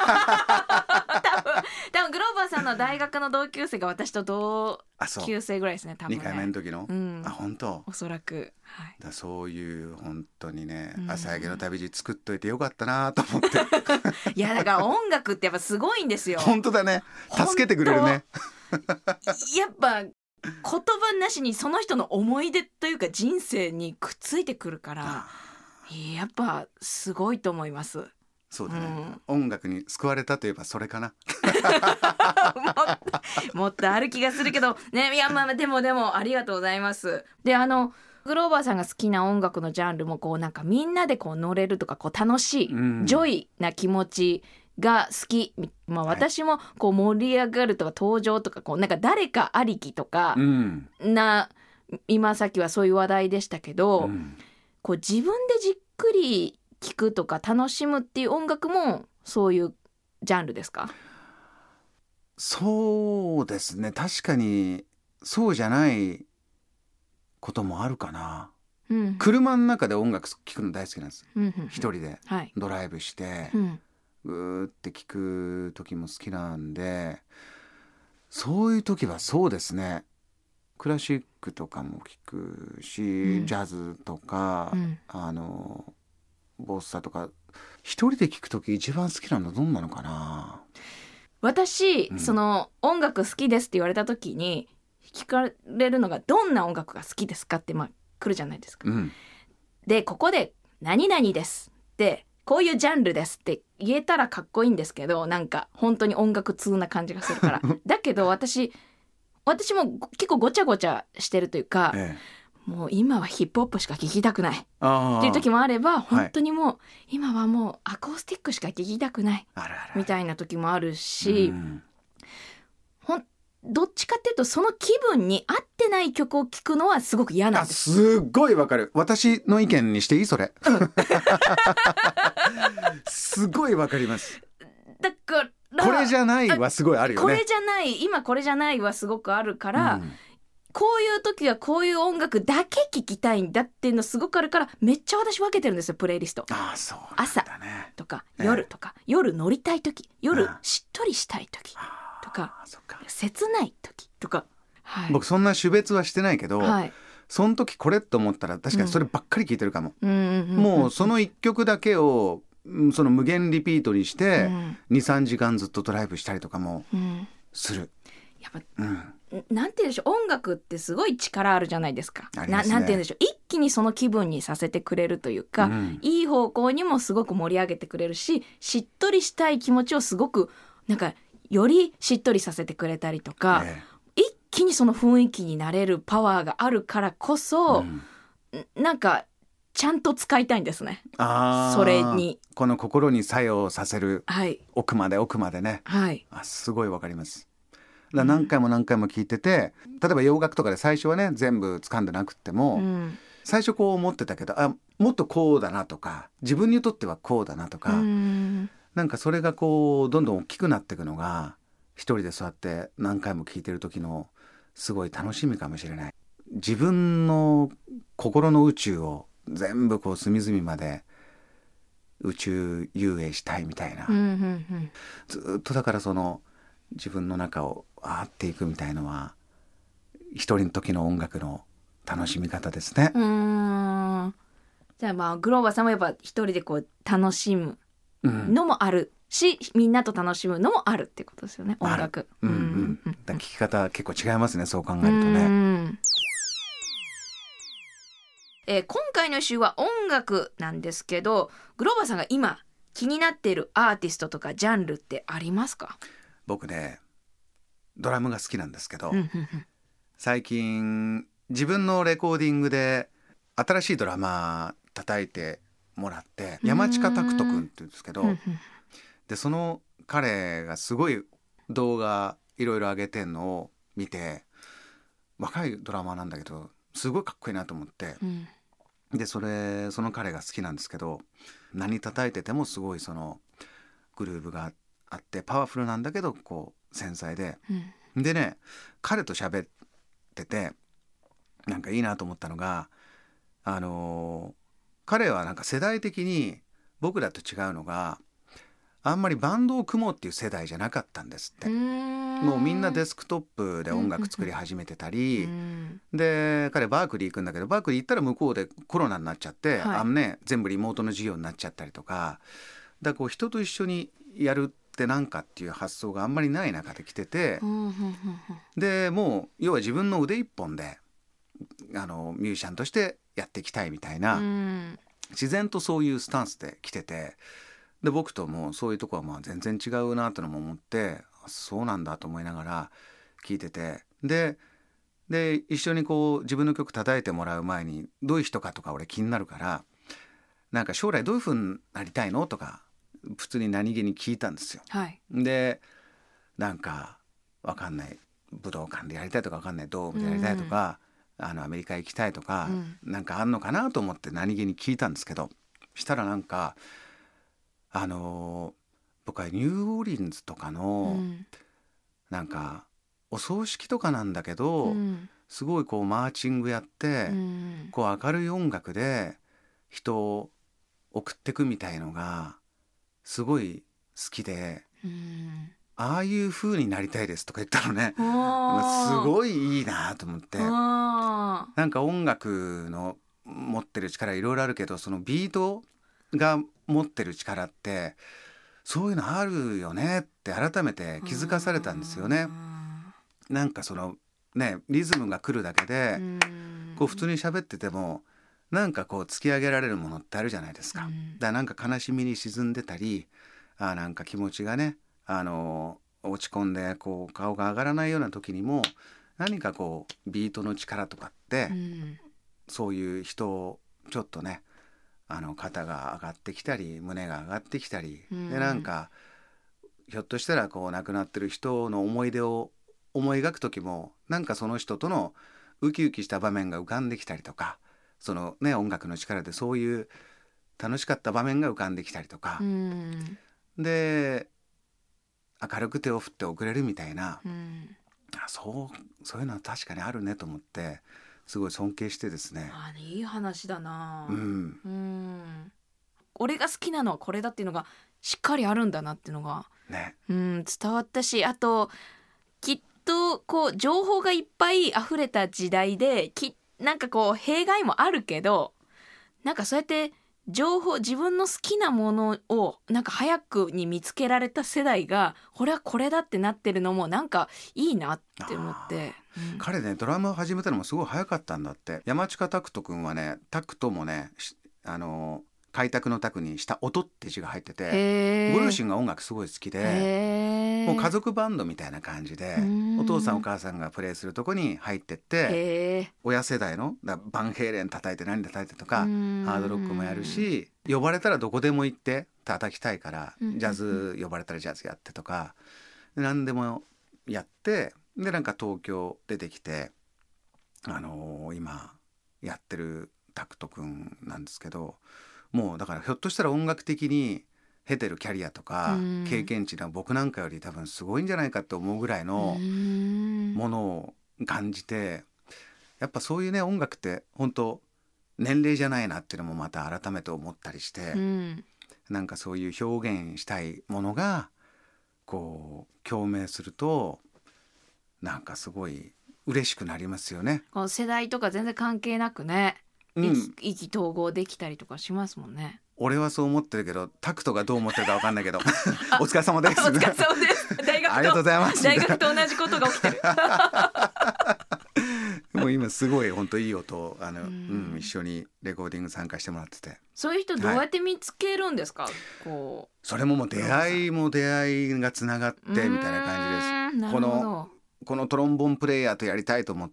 多分グローバーさんの大学の同級生が私と同級生ぐらいですね、多分ね。2 回目の時の、本当おそらく、はい、 そういう本当にね、朝焼けの旅路作っといてよかったなと思っていやだから音楽ってやっぱすごいんですよ本当だね、助けてくれるねやっぱ言葉なしにその人の思い出というか人生にくっついてくるから、やっぱすごいと思います。 そうだね、音楽に救われたといえばそれかなもっとある気がするけどね。いやまあでもありがとうございます。でグローバーさんが好きな音楽のジャンルもこうなんかみんなでこう乗れるとかこう楽しい、ジョイな気持ちが好き、私もこう盛り上がるとか登場とかこうなんか誰かありきとかな、今さっきはそういう話題でしたけど、こう自分でじっくり聴くとか楽しむっていう音楽もそういうジャンルですか？ そうですね、確かにそうじゃないこともあるかな、車の中で音楽聴くの大好きなんです、一人でドライブして、ぐーって聴く時も好きなんで、そういう時はそうですね、クラシックとかも聴くし、ジャズとか、ボッサとか。一人で聴く時一番好きなのどんなのかな。 私、その音楽好きですって言われた時に聞かれるのがどんな音楽が好きですかって来るじゃないですか、でここで何々ですってこういうジャンルですって言えたらかっこいいんですけど、なんか本当に音楽通な感じがするからだけど私も結構ごちゃごちゃしてるというか、もう今はヒップホップしか聴きたくないっていう時もあれば、本当にもう今はもうアコースティックしか聴きたくないみたいな時もあるし、どっちかっていうとその気分に合ってない曲を聴くのはすごく嫌なんです。 すっごいわかる。私の意見にしていいそれすごいわかります。 だからこれじゃないはすごいあるよね。 これじゃない今これじゃないはすごくあるから、こういう時はこういう音楽だけ聴きたいんだっていうのすごくあるから、めっちゃ私分けてるんですよ、プレイリスト。 そうなんだね。 朝とか夜とか、夜乗りたい時、夜しっとりしたい時とか、切ない時とか、 僕そんな種別はしてないけど、その時これと思ったら確かにそればっかり聴いてるかも、もうその一曲だけをその無限リピートにして、2,3 時間ずっとドライブしたりとかもする。 やっぱ、なんて言うんでしょう、音楽ってすごい力あるじゃないですか。 ありますね。 なんて言うんでしょう、一気にその気分にさせてくれるというか、いい方向にもすごく盛り上げてくれるし、しっとりしたい気持ちをすごくなんかよりしっとりさせてくれたりとか、一気にその雰囲気になれるパワーがあるからこそ、なんかちゃんと使いたいんですね。それにこの心に作用させる、 はい、 奥まで奥までね、 はい、 すごいわかります。だ何回も何回も聞いてて、例えば洋楽とかで最初はね全部掴んでなくっても、最初こう思ってたけど、もっとこうだなとか、自分にとってはこうだなとか、なんかそれがこうどんどん大きくなっていくのが、一人でそうやって何回も聞いてる時のすごい楽しみかもしれない。自分の心の宇宙を全部こう隅々まで宇宙遊泳したいみたいな、ずっとだからその自分の中をっていくみたいのは一人の時の音楽の楽しみ方ですね。 じゃあグローバーさんもやっぱ一人でこう楽しむのもあるし、みんなと楽しむのもあるってことですよね、音楽。 だ聞き方結構違いますね、そう考えるとね。 今回の週は音楽なんですけど、グローバーさんが今気になっているアーティストとかジャンルってありますか？ 僕ね、ドラムが好きなんですけど、最近自分のレコーディングで新しいドラマ叩いてもらって、山近拓人君って言うんですけど、でその彼がすごい動画いろいろ上げてんのを見て、若いドラマーなんだけどすごいかっこいいなと思って、でその彼が好きなんですけど、何叩いててもすごいそのグルーヴがあってパワフルなんだけどこう繊細で、でね、彼と喋っててなんかいいなと思ったのが、彼はなんか世代的に僕らと違うのが、あんまりバンドを組もうっていう世代じゃなかったんですって。もうみんなデスクトップで音楽作り始めてたり、で彼バークリー行くんだけど、バークリー行ったら向こうでコロナになっちゃって、全部リモートの授業になっちゃったりとか、だからこう人と一緒にやるってなんかっていう発想があんまりない中で来てて、でもう要は自分の腕一本でミュージシャンとしてやっていきたいみたいな、自然とそういうスタンスで来てて、で僕ともそういうとこはまあ全然違うなとのも思って、そうなんだと思いながら聞いてて、で一緒にこう自分の曲叩いてもらう前にどういう人かとか俺気になるから、なんか将来どういう風になりたいのとか普通に何気に聞いたんですよ。でなんかわかんない、武道館でやりたいとかわかんない、ドームでやりたいとか、アメリカ行きたいとか、なんかあんのかなと思って何気に聞いたんですけど、したらなんか僕はニューオーリンズとかの、なんかお葬式とかなんだけど、すごいこうマーチングやって、こう明るい音楽で人を送ってくみたいのがすごい好きで、ああいう風になりたいですとか言ったのね。すごいいいなと思って、なんか音楽の持ってる力いろいろあるけど、そのビートが持ってる力ってそういうのあるよねって改めて気づかされたんですよね。なんかそのね、リズムが来るだけでこう普通に喋っててもなんかこう突き上げられるものってあるじゃないですか。だからなんか悲しみに沈んでたり、なんか気持ちがね落ち込んでこう顔が上がらないような時にも、何かこうビートの力とかって、そういう人をちょっとね肩が上がってきたり胸が上がってきたり、でなんかひょっとしたらこう亡くなってる人の思い出を思い描く時も、なんかその人とのウキウキした場面が浮かんできたりとか、そのね音楽の力でそういう楽しかった場面が浮かんできたりとか、で明るく手を振って送れるみたいな、そういうのは確かにあるねと思って、すごい尊敬してですね。 いい話だな。俺が好きなのはこれだっていうのがしっかりあるんだなっていうのが、伝わったし、あときっとこう情報がいっぱい溢れた時代でなんかこう弊害もあるけど、なんかそうやって情報、自分の好きなものをなんか早くに見つけられた世代がこれはこれだってなってるのもなんかいいなって思って、 彼ねドラムを始めたのもすごい早かったんだって。山近拓人くんはね、タクトもね開拓の拓にした音って字が入ってて、ご両親が音楽すごい好きで、もう家族バンドみたいな感じでお父さんお母さんがプレイするとこに入ってって、親世代のバンヘイレン叩いて何叩いてとかハードロックもやるし、呼ばれたらどこでも行って叩きたいからジャズ呼ばれたらジャズやってとか何でもやって、でなんか東京出てきて今やってるタクトくんなんですけど、もうだからひょっとしたら音楽的に経てるキャリアとか経験値が僕なんかより多分すごいんじゃないかって思うぐらいのものを感じて、やっぱそういうね音楽って本当年齢じゃないなっていうのもまた改めて思ったりして、なんかそういう表現したいものがこう共鳴するとなんかすごい嬉しくなりますよね。 この世代とか全然関係なくね、意気投合できたりとかしますもんね。 俺はそう思ってるけどタクトがどう思ってるか分かんないけどお疲れ様です。 お疲れ様です。大学とありがとうございます。 大学と同じことが起きてるもう今すごい本当いい音を一緒にレコーディング参加してもらってて。 そういう人どうやって見つけるんですか？こうそれももう出会いがつながってみたいな感じです。このトロンボーンプレイヤーとやりたいと思って、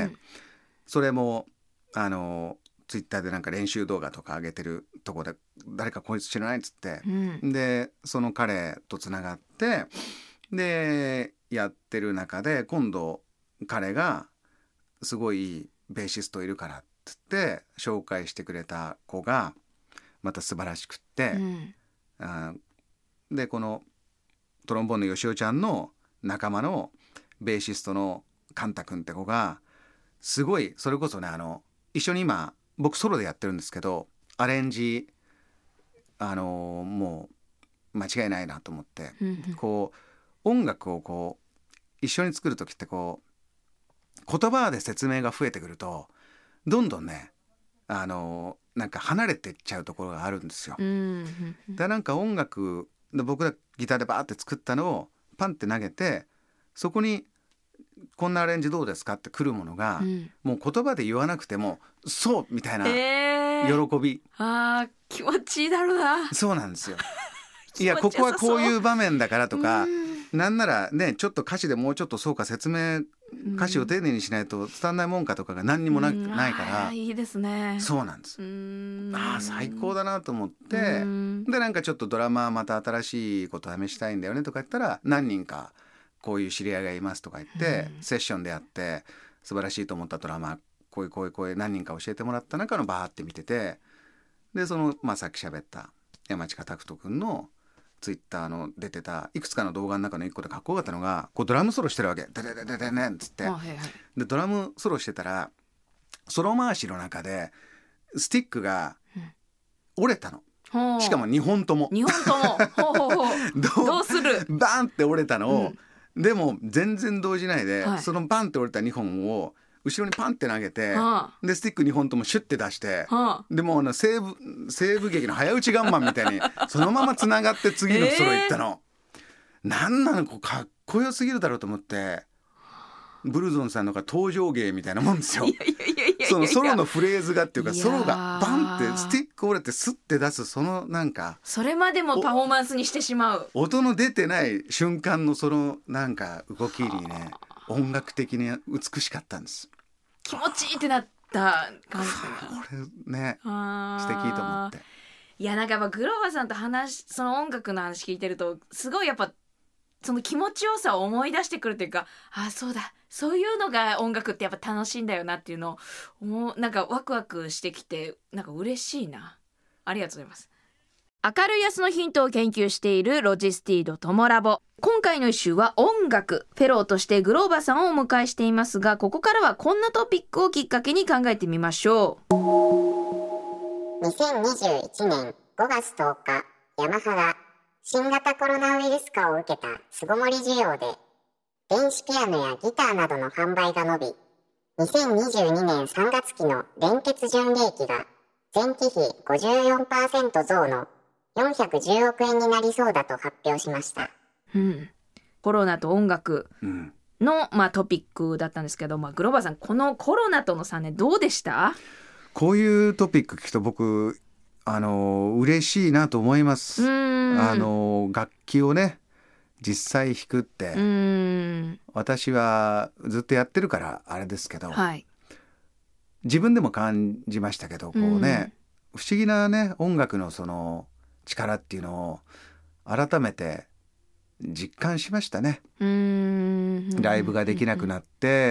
それもツイッターでなんか練習動画とか上げてるとこで誰かこいつ知らないっつって、でその彼とつながってでやってる中で今度彼がすごいベーシストいるからっつって紹介してくれた子がまた素晴らしくって、でこのトロンボーンのよしおちゃんの仲間のベーシストのカンタ君って子がすごい、それこそね一緒に今僕ソロでやってるんですけどアレンジもう間違いないなと思って、こう音楽をこう一緒に作る時ってこう言葉で説明が増えてくるとどんどんねなんか離れていっちゃうところがあるんですよ。でなんか音楽で僕がギターでバーって作ったのをパンって投げて、そこにこんなアレンジどうですかって来るものが、もう言葉で言わなくてもそうみたいな喜び、 気持ちいいだろうな。 そうなんですよいやここはこういう場面だからとか、なんならねちょっと歌詞でもうちょっとそうか説明歌詞を丁寧にしないと伝わんないもんかとかが何にもないから、 いいですね。 そうなんです。最高だなと思って、でなんかちょっとドラマまた新しいこと試したいんだよねとか言ったら何人かこういう知り合いがいますとか言って、セッションでやって素晴らしいと思ったドラマこういう何人か教えてもらった中のバーって見てて、でその、さっき喋った山近拓人くんのツイッターの出てたいくつかの動画の中の一個でかっこよかったのがこうドラムソロしてるわけででででねっつって、でドラムソロしてたらソロ回しの中でスティックが折れたの、しかも2本ともどうするバーンって折れたのを、でも全然動じないで、そのバンって折れた2本を後ろにパンって投げて、でスティック2本ともシュッて出して、でも西部劇の早打ちガンマンみたいにそのままつながって次のソロ行ったの、なんなのかっこよすぎるだろうと思って、ブルゾンさんの登場芸みたいなもんですよ。そのソロのフレーズがっていうか、ソロがバンってスティック折れてスッて出すそのなんかそれまでもパフォーマンスにしてしまう音の出てない瞬間のそのなんか動きにね音楽的に美しかったんです。 気持ちいいってなった感じ。 これね素敵と思って。 いやなんかやっぱグローバーさんとその音楽の話聞いてるとすごいやっぱその気持ちよさを思い出してくるというか、そうだそういうのが音楽ってやっぱ楽しいんだよなっていうのをなんかワクワクしてきてなんか嬉しいな。ありがとうございます。明るい安のヒントを研究しているロジスティードトモラボ、今回の一週は音楽フェローとしてグローバーさんをお迎えしていますが、ここからはこんなトピックをきっかけに考えてみましょう。 2021年5月10日ヤマハが新型コロナウイルス化を受けた巣ごもり需要で電子ピアノやギターなどの販売が伸び、2022年3月期の連結純利益が前期比 54% 増の410億円になりそうだと発表しました。 コロナと音楽の、トピックだったんですけど、グローバーさん、このコロナとの3年どうでした？ こういうトピック聞くと僕嬉しいなと思います。楽器をね実際弾くって私はずっとやってるからあれですけど、自分でも感じましたけど、こうね、不思議なね音楽のその力っていうのを改めて実感しましたね。ライブができなくなって、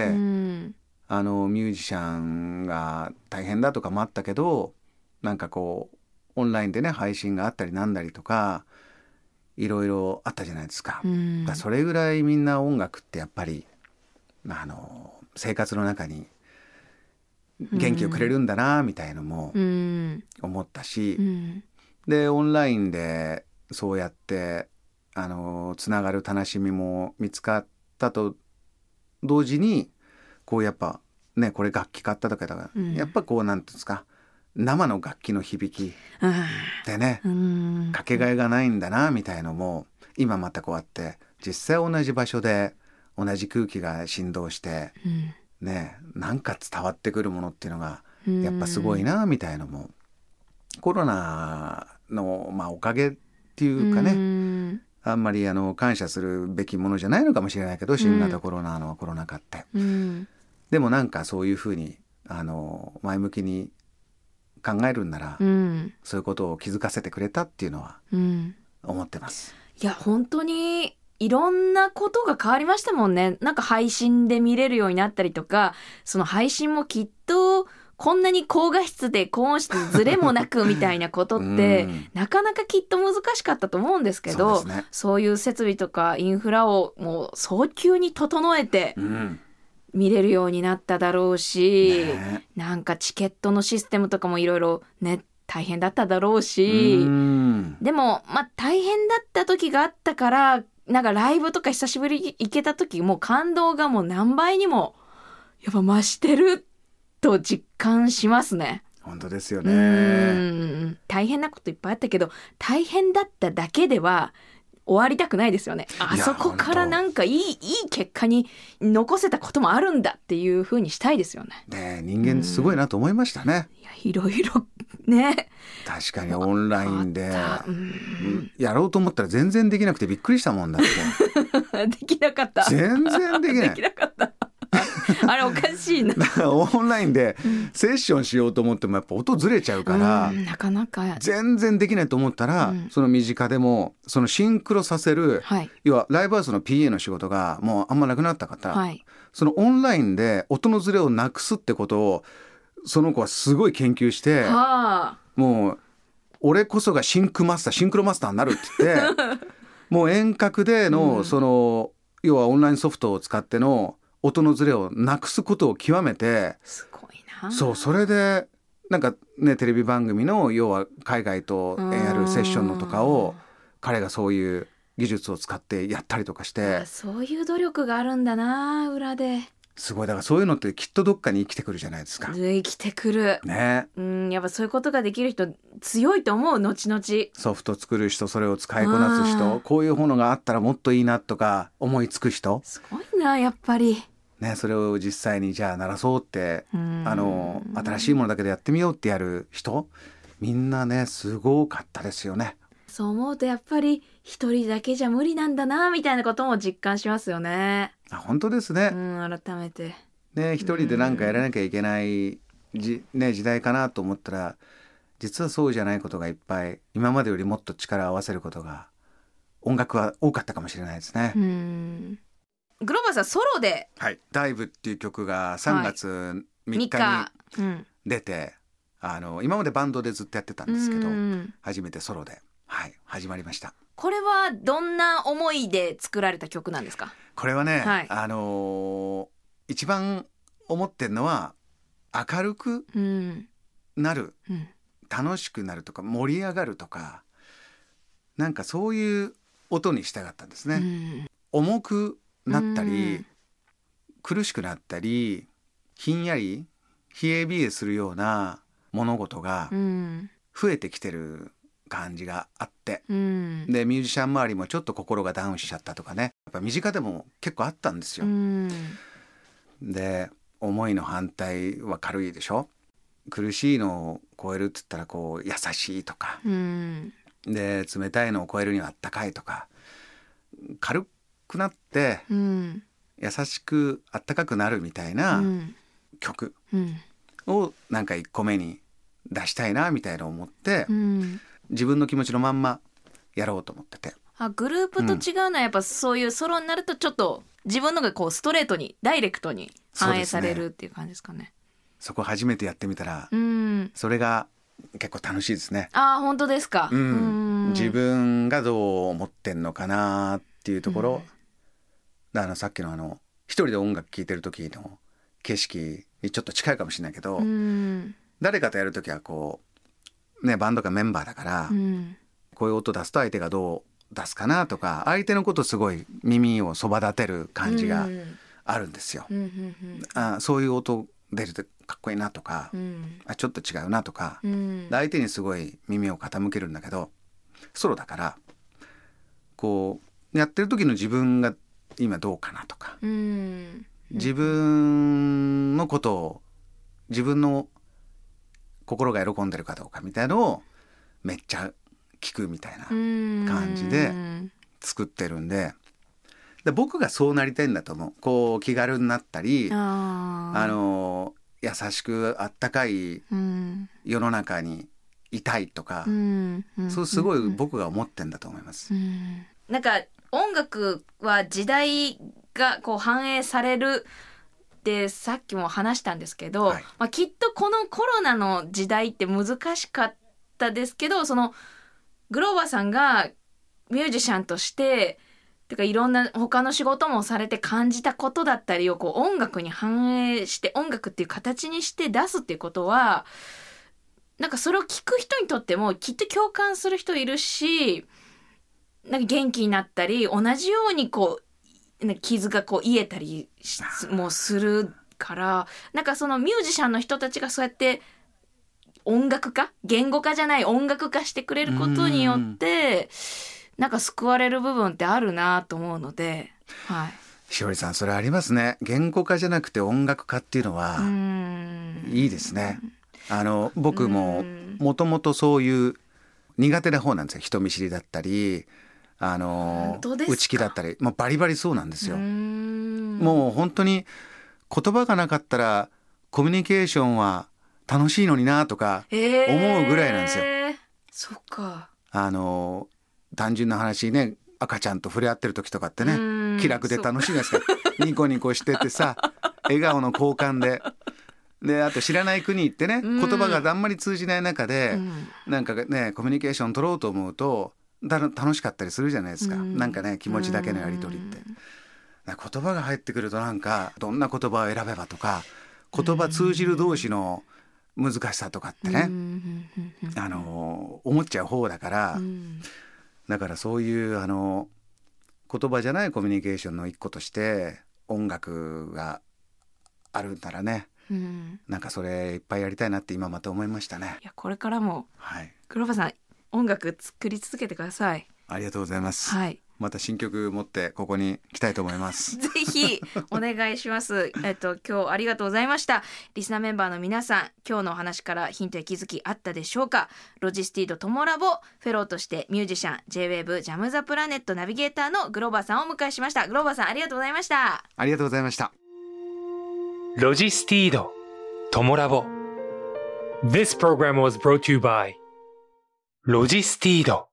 ミュージシャンが大変だとかもあったけど、なんかこうオンラインでね配信があったりなんだりとかいろいろあったじゃないですか。だそれぐらいみんな音楽ってやっぱり生活の中に元気をくれるんだなみたいのも思ったし、でオンラインでそうやってつながる楽しみも見つかったと同時に、こうやっぱねこれ楽器買っただけだから、やっぱこうなんていうんですか、生の楽器の響きでね、かけがえがないんだなみたいのも今またこうやって実際同じ場所で同じ空気が振動して、ね、なんか伝わってくるものっていうのがやっぱすごいなみたいのもコロナの、おかげっていうかね、あんまり感謝するべきものじゃないのかもしれないけど、新型コロナのコロナ禍って、でもなんかそういうふうに前向きに考えるんなら、そういうことを気づかせてくれたっていうのは思ってます。 いや本当にいろんなことが変わりましたもんね。なんか配信で見れるようになったりとか、その配信もきっとこんなに高画質で高音質ずれもなくみたいなことってなかなかきっと難しかったと思うんですけど、そういう設備とかインフラをもう早急に整えて見れるようになっただろうし、なんかチケットのシステムとかもいろいろね大変だっただろうし、でも大変だった時があったから、なんかライブとか久しぶりに行けた時もう感動がもう何倍にもやっぱ増してると実感しますね。 本当ですよね。 大変なこといっぱいあったけど、大変だっただけでは終わりたくないですよね。あそこからなんかいい結果に残せたこともあるんだっていう風にしたいですよね。 ね、人間すごいなと思いましたね。 いろいろね。 確かにオンラインでやろうと思ったら全然できなくてびっくりしたもんだって。 できなかった。 全然できない。 できなかった。あれおかしいな。 オンラインでセッションしようと思ってもやっぱ音ずれちゃうから、 なかなか全然できないと思ったら、その身近でもそのシンクロさせる、要はライブハウスの PA の仕事がもうあんまなくなったから、そのオンラインで音のずれをなくすってことをその子はすごい研究して、もう俺こそがシンクロマスターになるって言ってもう遠隔でのその要はオンラインソフトを使っての音のずれをなくすことを極めて、 すごいな。 それでなんかねテレビ番組の要は海外とやるセッションのとかを彼がそういう技術を使ってやったりとかして、 そういう努力があるんだな裏で。 すごい。だからそういうのってきっとどっかに生きてくるじゃないですか。 生きてくるね。 やっぱそういうことができる人強いと思う。後々 ソフト作る人、それを使いこなす人、こういうものがあったらもっといいなとか思いつく人、 すごいなやっぱりね。それを実際にじゃあ鳴らそうって新しいものだけでやってみようってやる人、みんなねすごかったですよね。 そう思うとやっぱり一人だけじゃ無理なんだなみたいなことも実感しますよね。 本当ですね。 改めてね、一人で何かやらなきゃいけない時代かなと思ったら、実はそうじゃないことがいっぱい、今までよりもっと力を合わせることが音楽は多かったかもしれないですね。 グローバーさんソロで、 ダイブっていう曲が3月3日に出て、今までバンドでずっとやってたんですけど、初めてソロで、始まりました。 これはどんな思いで作られた曲なんですか？ これはね、一番思ってるのは明るくなる、楽しくなるとか盛り上がるとか、なんかそういう音にしたかったんですね。重くなったり、苦しくなったり、ひんやり冷え冷えするような物事がうん増えてきてる感じがあって、 うんでミュージシャン周りもちょっと心がダウンしちゃったとかね、やっぱ身近でも結構あったんですよ。 うんで思いの反対は軽いでしょ。苦しいのを超えるって言ったらこう優しいとか、 うんで冷たいのを超えるにはあったかいとか、軽くなってうん優しくあったかくなるみたいな曲うんをなんか1個目に出したいなみたいな思って、 うん自分の気持ちのまんまやろうと思ってて。 あ、グループと違うのはやっぱそういうソロになるとちょっと自分のがこうストレートにダイレクトに反映されるっていう感じですかね。 そこ初めてやってみたら、 うんそれが結構楽しいですね。 あ、本当ですか。 自分がどう思ってんのかなっていうところ、さっきの一人で音楽聴いてる時の景色にちょっと近いかもしれないけど、誰かとやる時はこうね、バンドがメンバーだから、こういう音出すと相手がどう出すかなとか、相手のことすごい耳をそば立てる感じがあるんですよ。そういう音出るとかっこいいなとか、ちょっと違うなとか、相手にすごい耳を傾けるんだけど、ソロだからこうやってる時の自分が今どうかなとか、自分のことを、自分の心が喜んでるかどうかみたいのをめっちゃ聞くみたいな感じで作ってるんで、僕がそうなりたいんだと思う。こう気軽になったり、優しくあったかい世の中にいたいとか、そうすごい僕が思ってんだと思います。 なんか音楽は時代がこう反映されるってさっきも話したんですけど、きっとこのコロナの時代って難しかったですけど、そのグローバーさんがミュージシャンとしててかいろんな他の仕事もされて感じたことだったりをこう音楽に反映して、音楽っていう形にして出すっていうことは、なんかそれを聞く人にとってもきっと共感する人いるし、なんか元気になったり、同じようにこう傷がこう癒えたりもするから、なんかそのミュージシャンの人たちがそうやって音楽化、言語化じゃない音楽化してくれることによってなんか救われる部分ってあるなと思うので、はい。 しおりさん、それありますね。言語化じゃなくて音楽化っていうのはいいですね。僕ももともとそういう苦手な方なんですよ。人見知りだったり内気だったり、バリバリそうなんですよ。もう本当に言葉がなかったらコミュニケーションは楽しいのになとか思うぐらいなんですよ。 そっか。 単純な話ね、赤ちゃんと触れ合ってる時とかってね、気楽で楽しいですからニコニコしててさ、笑顔の交換で、あと知らない国行ってね、言葉があんまり通じない中で、なんかねコミュニケーション取ろうと思うと楽しかったりするじゃないですか。なんかね、気持ちだけのやり取りって、言葉が入ってくるとなんかどんな言葉を選べばとか、言葉通じる同士の難しさとかってね、思っちゃう方だから、だからそういう言葉じゃないコミュニケーションの一個として音楽があるんならね、なんかそれいっぱいやりたいなって今また思いましたね。 いや、これからも、 はい、 グローバーさん音楽作り続けてください。 ありがとうございます、 はい、 また新曲持ってここに来たいと思いますぜひお願いします今日ありがとうございました。リスナーメンバーの皆さん、今日のお話からヒントや気づきあったでしょうか。ロジスティードトモラボフェローとしてミュージシャン J-WAVE ジャムザプラネットナビゲーターのグローバーさんをお迎えしました。グローバーさん、ありがとうございました。 ありがとうございました。 ロジスティードトモラボ This program was brought to you by ロジスティード。